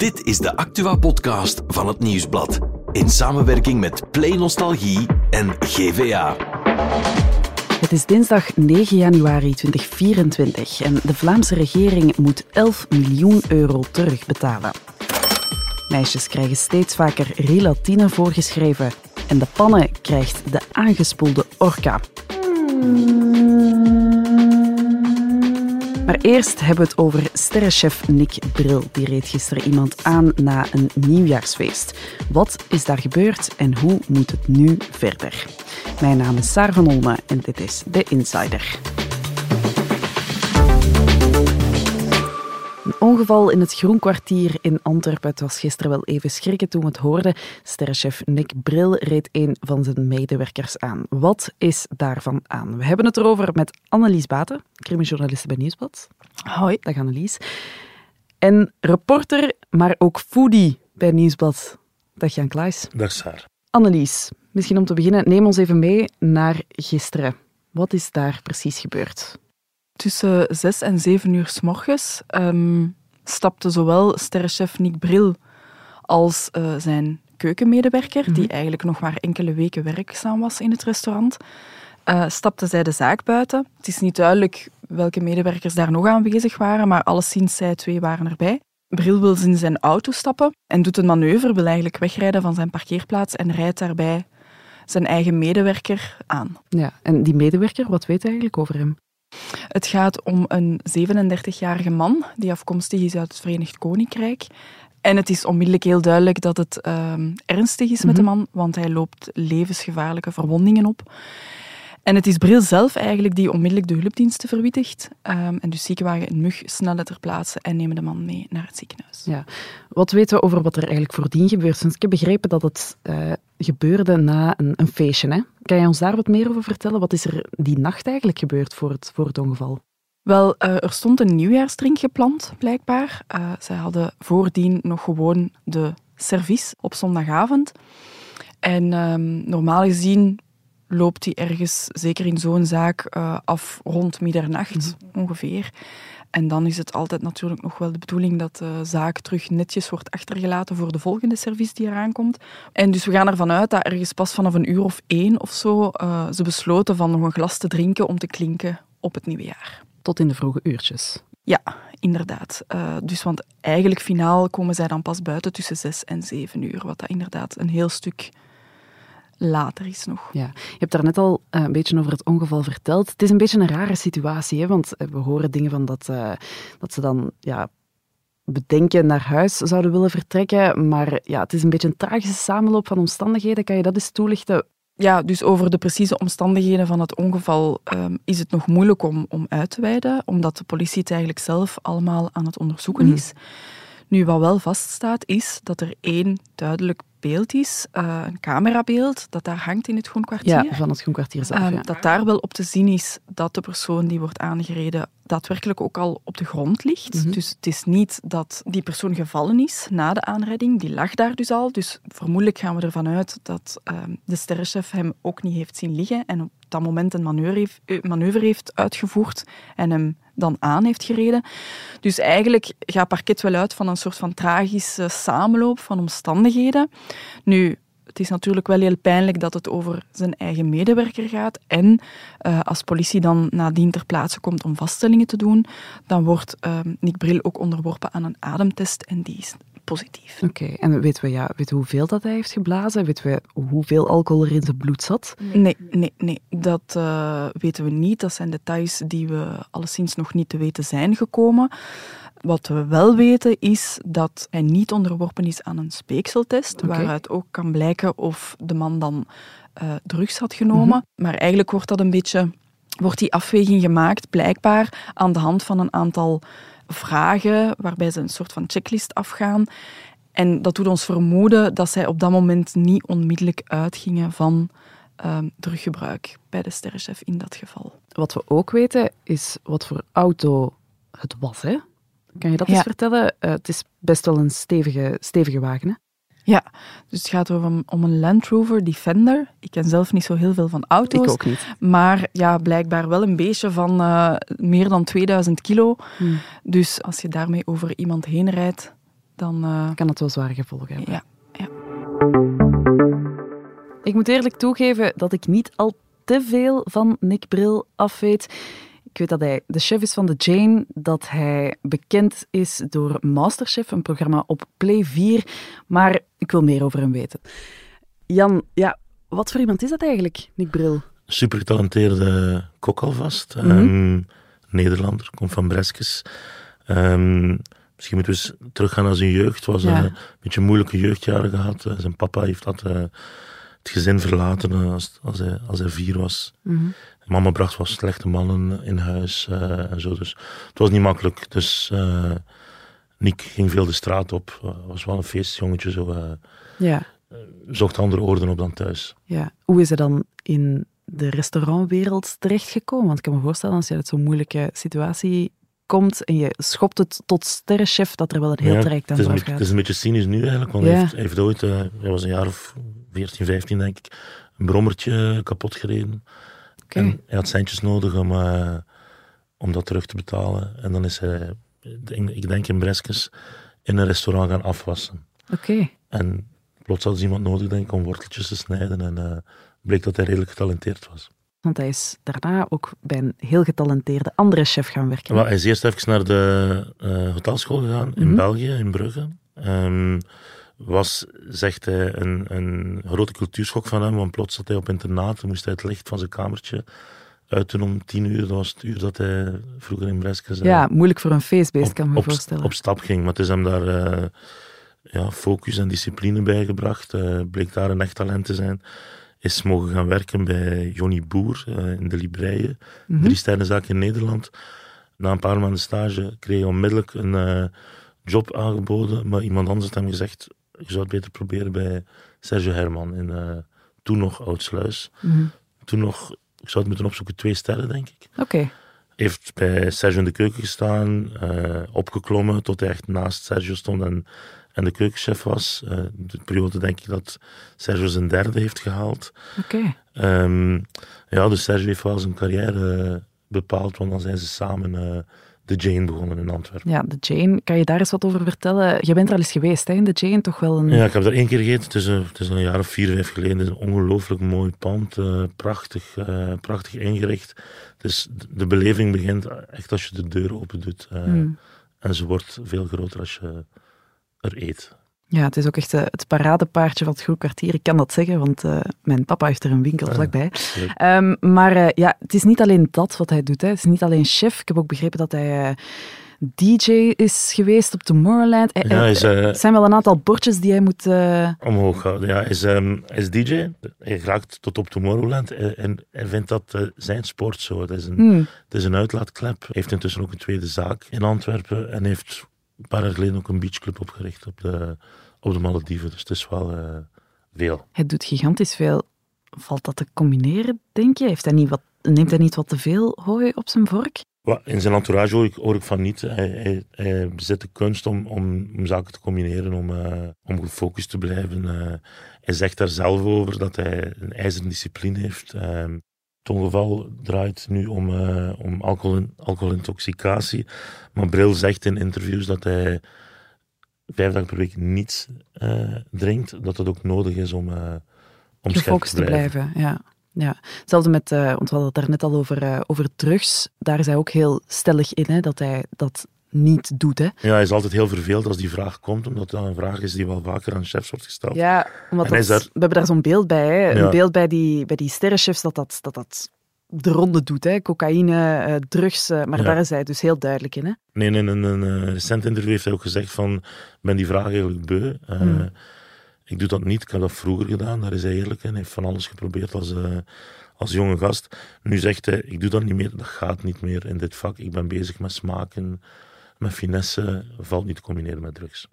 Dit is de Actua-podcast van het Nieuwsblad. In samenwerking met Play Nostalgie en GVA. Het is dinsdag 9 januari 2024 en de Vlaamse regering moet 11 miljoen euro terugbetalen. Meisjes krijgen steeds vaker Rilatine voorgeschreven en de pannen krijgt de aangespoelde orka. Maar eerst hebben we het over sterrenchef Nick Bril. Die reed gisteren iemand aan na een nieuwjaarsfeest. Wat is daar gebeurd en hoe moet het nu verder? Mijn naam is Saar van Olme en dit is The Insider. Een ongeval in het Groenkwartier in Antwerpen. Het was gisteren wel even schrikken toen we het hoorden. Sterrenchef Nick Bril reed een van zijn medewerkers aan. Wat is daarvan aan? We hebben het erover met Annelies Baten, crimijournaliste bij Nieuwsblad. Hoi. Dag Annelies. En reporter, maar ook foodie bij Nieuwsblad. Dag Jan Klaes. Dag Saar. Annelies, misschien om te beginnen, neem ons even mee naar gisteren. Wat is daar precies gebeurd? Tussen 6 en 7 uur 's morgens stapte zowel sterrenchef Nick Bril als zijn keukenmedewerker, die eigenlijk nog maar enkele weken werkzaam was in het restaurant, stapten zij de zaak buiten. Het is niet duidelijk welke medewerkers daar nog aanwezig waren, maar alleszins zij twee waren erbij. Bril wil in zijn auto stappen en doet een manoeuvre, wil eigenlijk wegrijden van zijn parkeerplaats en rijdt daarbij zijn eigen medewerker aan. Ja, en die medewerker, wat weet je eigenlijk over hem? Het gaat om een 37-jarige man die afkomstig is uit het Verenigd Koninkrijk. En het is onmiddellijk heel duidelijk dat het ernstig is met de man, want hij loopt levensgevaarlijke verwondingen op. En het is Bril zelf eigenlijk die onmiddellijk de hulpdiensten verwittigt. En dus ziekenwagen en mug snellen ter plaatse en nemen de man mee naar het ziekenhuis. Ja. Wat weten we over wat er eigenlijk voordien gebeurt? Want ik heb begrepen dat het gebeurde na een feestje. Hè? Kan je ons daar wat meer over vertellen? Wat is er die nacht eigenlijk gebeurd voor het ongeval? Wel, er stond een nieuwjaarsdrink gepland, blijkbaar. Zij hadden voordien nog gewoon de service op zondagavond. En normaal gezien loopt die ergens, zeker in zo'n zaak, af rond middernacht ongeveer. En dan is het altijd natuurlijk nog wel de bedoeling dat de zaak terug netjes wordt achtergelaten voor de volgende service die eraan komt. En dus we gaan ervan uit dat ergens pas vanaf 1 of zo ze besloten van nog een glas te drinken om te klinken op het nieuwe jaar. Tot in de vroege uurtjes. Ja, inderdaad. Dus want eigenlijk finaal komen zij dan pas buiten tussen 6 en 7 uur, wat dat inderdaad een heel stuk later is nog. Ja. Je hebt daarnet al een beetje over het ongeval verteld. Het is een beetje een rare situatie, hè? Want we horen dingen van dat ze dan bedenken naar huis zouden willen vertrekken, maar ja, het is een beetje een tragische samenloop van omstandigheden. Kan je dat eens toelichten? Ja, dus over de precieze omstandigheden van het ongeval is het nog moeilijk om uit te wijden, omdat de politie het eigenlijk zelf allemaal aan het onderzoeken is. Nu, wat wel vaststaat, is dat er 1 duidelijk beeld is, een camerabeeld, dat daar hangt in het Groenkwartier. Ja, van het Groenkwartier zelf. Ja. Dat daar wel op te zien is dat de persoon die wordt aangereden daadwerkelijk ook al op de grond ligt. Dus het is niet dat die persoon gevallen is na de aanrijding, die lag daar dus al. Dus vermoedelijk gaan we ervan uit dat de sterrenchef hem ook niet heeft zien liggen en op dat moment een manoeuvre heeft uitgevoerd en hem dan aan heeft gereden. Dus eigenlijk gaat parket wel uit van een soort van tragische samenloop van omstandigheden. Nu, het is natuurlijk wel heel pijnlijk dat het over zijn eigen medewerker gaat. En als politie dan nadien ter plaatse komt om vaststellingen te doen, dan wordt Nick Bril ook onderworpen aan een ademtest en die is positief. Oké, en weten we hoeveel dat hij heeft geblazen? Weten we hoeveel alcohol er in zijn bloed zat? Nee. Dat weten we niet. Dat zijn details die we alleszins nog niet te weten zijn gekomen. Wat we wel weten is dat hij niet onderworpen is aan een speekseltest, waaruit ook kan blijken of de man dan drugs had genomen. Maar eigenlijk wordt die afweging gemaakt, blijkbaar, aan de hand van een aantal vragen, waarbij ze een soort van checklist afgaan. En dat doet ons vermoeden dat zij op dat moment niet onmiddellijk uitgingen van druggebruik bij de sterrenchef in dat geval. Wat we ook weten is wat voor auto het was, hè? Kan je dat eens vertellen? Het is best wel een stevige wagen, hè? Ja, dus het gaat om een Land Rover Defender. Ik ken zelf niet zo heel veel van auto's. Ik ook niet. Maar ja, blijkbaar wel een beestje van meer dan 2000 kilo. Dus als je daarmee over iemand heen rijdt, dan kan het wel zware gevolgen hebben. Ja. Ik moet eerlijk toegeven dat ik niet al te veel van Nick Bril afweet. Ik weet dat hij de chef is van The Jane, dat hij bekend is door Masterchef, een programma op Play 4, maar ik wil meer over hem weten. Jan, ja, wat voor iemand is dat eigenlijk, Nick Bril? Super getalenteerde kok alvast. Nederlander, komt van Breskes. Misschien moeten we eens teruggaan naar zijn jeugd. Het was een beetje moeilijke jeugdjaren gehad. Zijn papa heeft het gezin verlaten als hij 4 was. Mama bracht wel slechte mannen in huis en zo. Dus het was niet makkelijk. Dus Nick ging veel de straat op. Was wel een feestjongetje. Zo, zocht andere oorden op dan thuis. Ja. Hoe is hij dan in de restaurantwereld terechtgekomen? Want ik kan me voorstellen, als je uit zo'n moeilijke situatie komt en je schopt het tot sterrenchef, dat er wel een heel traject aan vooraf gaat. Het is een beetje cynisch nu eigenlijk, want hij heeft ooit, hij was een jaar of 14, 15 denk ik, een brommertje kapot gereden. En hij had centjes nodig om dat terug te betalen. En dan is hij, ik denk in Breskes, in een restaurant gaan afwassen. En plots had iemand nodig, denk ik, om worteltjes te snijden. En bleek dat hij redelijk getalenteerd was. Want hij is daarna ook bij een heel getalenteerde andere chef gaan werken. Hij is eerst even naar de hotelschool gegaan in België, in Brugge. Was, zegt hij, een grote cultuurschok van hem, want plots zat hij op internaat, moest hij het licht van zijn kamertje uit om 10 uur. Dat was het uur dat hij vroeger in Breskes... moeilijk voor een feestbeest, kan me voorstellen. Op stap ging, maar het is hem daar focus en discipline bijgebracht. Bleek daar een echt talent te zijn. Is mogen gaan werken bij Johnny Boer in de Libreien. 3-sterrenzaak in Nederland. Na een paar maanden stage kreeg hij onmiddellijk een job aangeboden, maar iemand anders had hem gezegd, je zou het beter proberen bij Sergio Herman in toen nog Oudsluis. Toen nog, ik zou het moeten opzoeken, 2 sterren, denk ik. Heeft bij Sergio in de keuken gestaan, opgeklommen tot hij echt naast Sergio stond en de keukenchef was. De periode denk ik dat Sergio zijn 3e heeft gehaald. Dus Sergio heeft wel zijn carrière bepaald, want dan zijn ze samen The Jane begonnen in Antwerpen. Ja, The Jane. Kan je daar eens wat over vertellen? Je bent er al eens geweest, hè, in The Jane, toch wel een... Ja, ik heb er 1 keer gegeten. Het is een jaar of 4, 5 geleden. Het is een ongelooflijk mooi pand. Prachtig ingericht. Dus de beleving begint echt als je de deur open doet. En ze wordt veel groter als je er eet. Ja, het is ook echt het paradepaardje van het Groen Kwartier. Ik kan dat zeggen, want mijn papa heeft er een winkel vlakbij. Maar het is niet alleen dat wat hij doet. Hè. Het is niet alleen chef. Ik heb ook begrepen dat hij DJ is geweest op Tomorrowland. Er zijn wel een aantal bordjes die hij moet... omhoog houden. Ja, hij is DJ. Hij raakt tot op Tomorrowland. En hij vindt dat zijn sport zo. Het is een uitlaatklep. Hij heeft intussen ook een 2e zaak in Antwerpen. En heeft een paar jaar geleden ook een beachclub opgericht op de Malediven. Dus het is wel veel. Hij doet gigantisch veel. Valt dat te combineren, denk je? Neemt hij niet wat te veel hooi op zijn vork? In zijn entourage hoor ik van niet. Hij bezit de kunst om zaken te combineren, om gefocust te blijven. Hij zegt daar zelf over dat hij een ijzeren discipline heeft. Het ongeval draait nu om alcoholintoxicatie. Maar Bril zegt in interviews dat hij 5 dagen per week niets drinkt. Dat het ook nodig is om gefocust te blijven. Ja. Hetzelfde met, want we hadden het daar net al over drugs. Daar is hij ook heel stellig in, hè, dat hij dat niet doet. Hè. Ja, hij is altijd heel verveeld als die vraag komt, omdat dat een vraag is die wel vaker aan chefs wordt gesteld. Ja, omdat we hebben daar zo'n beeld bij. Hè. Ja. Een beeld bij die sterrenchefs dat de ronde doet. Hè. Cocaïne, drugs, maar daar is hij dus heel duidelijk in. Hè. Nee, in een recent interview heeft hij ook gezegd van, ik ben die vraag eigenlijk beu. Ik doe dat niet, ik heb dat vroeger gedaan, daar is hij eerlijk in. Hij heeft van alles geprobeerd als jonge gast. Nu zegt hij, ik doe dat niet meer, dat gaat niet meer in dit vak. Ik ben bezig met smaken, met finesse, valt niet te combineren met drugs.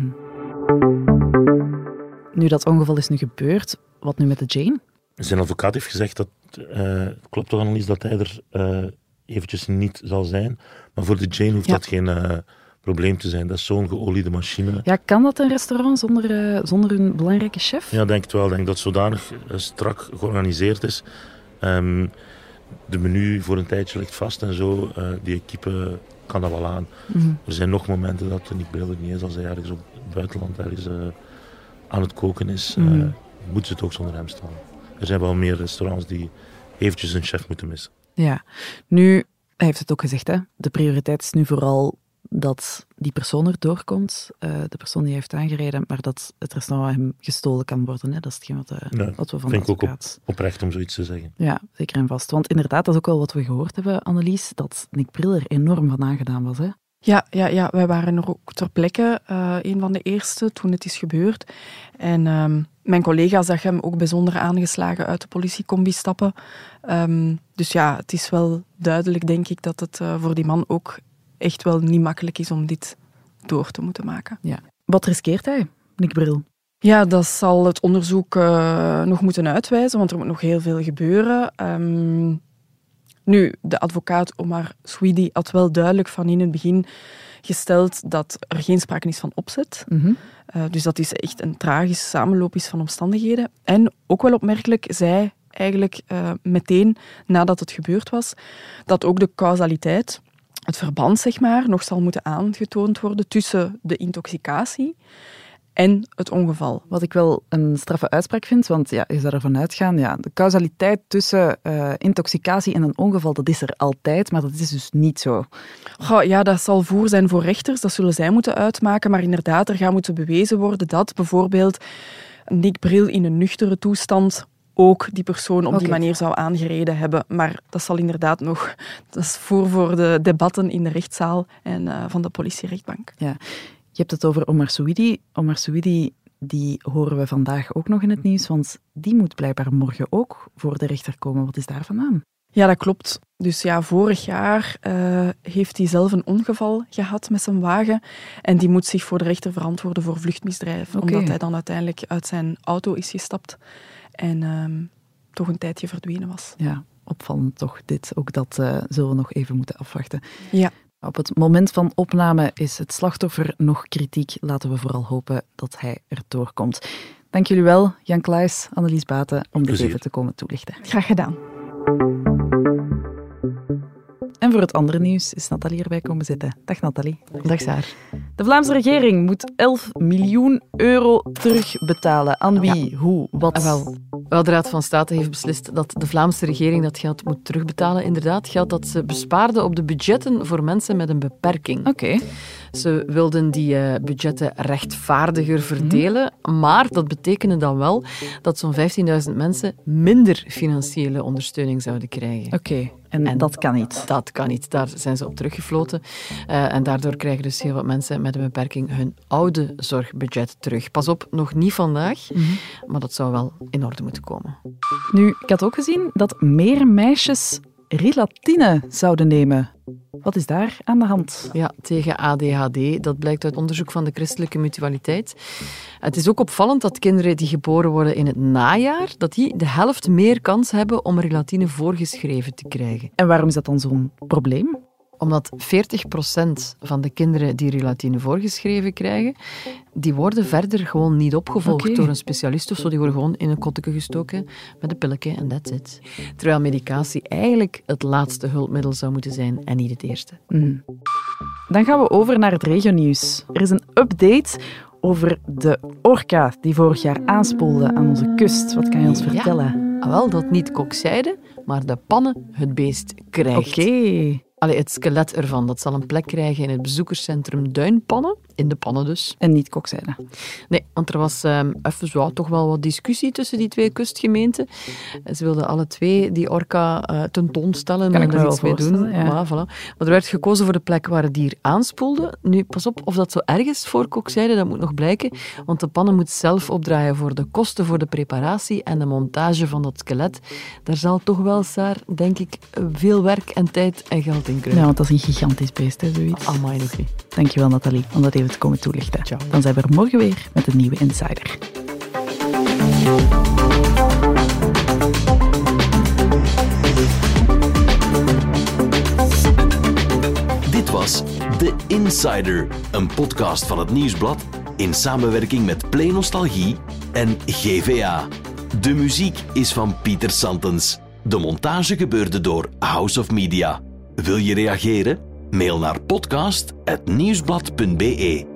Nu dat ongeval is nu gebeurd, wat nu met de Jane? Zijn advocaat heeft gezegd dat, klopt toch Annelies, dat hij er eventjes niet zal zijn. Maar voor de Jane hoeft dat geen probleem te zijn. Dat is zo'n geoliede machine. Ja, kan dat een restaurant zonder een belangrijke chef? Ja, denk het wel. Ik denk dat het zodanig strak georganiseerd is. de menu voor een tijdje ligt vast en zo. Die equipe kan dat wel aan. Er zijn nog momenten dat Nick Bril er niet is. Als hij ergens op het buitenland aan het koken is, moeten ze toch zonder hem staan. Er zijn wel meer restaurants die eventjes een chef moeten missen. Ja, nu, hij heeft het ook gezegd, hè? De prioriteit is nu vooral dat die persoon er doorkomt, de persoon die hij heeft aangereden, maar dat het restaurant hem gestolen kan worden. Hè? Dat is hetgeen wat we van de advocaat... Vind ik ook oprecht om zoiets te zeggen. Ja, zeker en vast. Want inderdaad, dat is ook wel wat we gehoord hebben, Annelies, dat Nick Bril er enorm van aangedaan was. Hè? Ja, wij waren er ook ter plekke, een van de eerste, toen het is gebeurd. En mijn collega zag hem ook bijzonder aangeslagen uit de politiecombi stappen. Dus ja, het is wel duidelijk, denk ik, dat het voor die man ook echt wel niet makkelijk is om dit door te moeten maken. Ja. Wat riskeert hij, Nick Bril? Ja, dat zal het onderzoek nog moeten uitwijzen, want er moet nog heel veel gebeuren. Nu, de advocaat Omar Swidi had wel duidelijk van in het begin gesteld dat er geen sprake is van opzet. Dus dat is echt een tragisch samenloop is van omstandigheden. En ook wel opmerkelijk, zei eigenlijk meteen nadat het gebeurd was, dat ook de causaliteit, het verband zeg maar, nog zal moeten aangetoond worden tussen de intoxicatie en het ongeval. Wat ik wel een straffe uitspraak vind, want ja, je zou ervan uitgaan, ja, de causaliteit tussen intoxicatie en een ongeval, dat is er altijd, maar dat is dus niet zo. Ja, dat zal voer zijn voor rechters, dat zullen zij moeten uitmaken, maar inderdaad, er gaat moeten bewezen worden dat bijvoorbeeld Nick Bril in een nuchtere toestand ook die persoon op die manier zou aangereden hebben. Maar dat zal inderdaad nog... Dat is voor de debatten in de rechtszaal en van de politierechtbank. Ja. Je hebt het over Omar Swidi. Omar Swidi, die horen we vandaag ook nog in het nieuws, want die moet blijkbaar morgen ook voor de rechter komen. Wat is daar vandaan? Ja, dat klopt. Dus ja, vorig jaar heeft hij zelf een ongeval gehad met zijn wagen en die moet zich voor de rechter verantwoorden voor vluchtmisdrijf, omdat hij dan uiteindelijk uit zijn auto is gestapt en toch een tijdje verdwenen was. Ja, opvallend toch dit. Ook dat zullen we nog even moeten afwachten. Ja. Op het moment van opname is het slachtoffer nog kritiek. Laten we vooral hopen dat hij er doorkomt. Dank jullie wel, Jan Klaes, Annelies Baten, om dit even te komen toelichten. Graag gedaan. En voor het andere nieuws is Nathalie erbij komen zitten. Dag Nathalie. Dag Saar. De Vlaamse regering moet 11 miljoen euro terugbetalen. Aan wie? Ja. Hoe? Wat? Wel, de Raad van State heeft beslist dat de Vlaamse regering dat geld moet terugbetalen. Inderdaad, geld dat ze bespaarden op de budgetten voor mensen met een beperking. Oké. Ze wilden die budgetten rechtvaardiger verdelen, maar dat betekende dan wel dat zo'n 15.000 mensen minder financiële ondersteuning zouden krijgen. Oké. En dat kan niet? Dat kan niet. Daar zijn ze op teruggefloten. En daardoor krijgen dus heel wat mensen met een beperking hun oude zorgbudget terug. Pas op, nog niet vandaag, maar dat zou wel in orde moeten komen. Nu, ik had ook gezien dat meer meisjes Rilatine zouden nemen. Wat is daar aan de hand? Ja, tegen ADHD. Dat blijkt uit onderzoek van de Christelijke Mutualiteit. Het is ook opvallend dat kinderen die geboren worden in het najaar, dat die de helft meer kans hebben om Rilatine voorgeschreven te krijgen. En waarom is dat dan zo'n probleem? Omdat 40% van de kinderen die Rilatine voorgeschreven krijgen, die worden verder gewoon niet opgevolgd door een specialist of zo. Die worden gewoon in een kotteke gestoken met een pilletje en that's it. Terwijl medicatie eigenlijk het laatste hulpmiddel zou moeten zijn en niet het eerste. Dan gaan we over naar het regionieuws. Er is een update over de orka die vorig jaar aanspoelde aan onze kust. Wat kan je ons vertellen? Ja, wel, dat niet kokzijde, maar de pannen het beest krijgt. Oké. Allee, het skelet ervan, dat zal een plek krijgen in het bezoekerscentrum Duinpannen. In de pannen dus. En niet kokzijde. Nee, want er was even toch wel wat discussie tussen die twee kustgemeenten. Ze wilden alle twee die orka tentoonstellen en er iets mee doen. Ja. Voilà. Maar er werd gekozen voor de plek waar het dier aanspoelde. Nu, pas op, of dat zo erg is voor kokzijde, dat moet nog blijken. Want de pannen moet zelf opdraaien voor de kosten voor de preparatie en de montage van dat skelet. Daar zal toch wel, Saar, denk ik, veel werk en tijd en geld in kruipen. Ja, want dat is een gigantisch beest, hè, zoiets. Amai nog niet. Dankjewel, Nathalie, om dat even te komen toelichten. Ciao. Dan zijn we er morgen weer met een nieuwe Insider. Dit was The Insider, een podcast van het Nieuwsblad in samenwerking met Play Nostalgie en GVA. De muziek is van Pieter Santens. De montage gebeurde door House of Media. Wil je reageren? Mail naar podcast@nieuwsblad.be.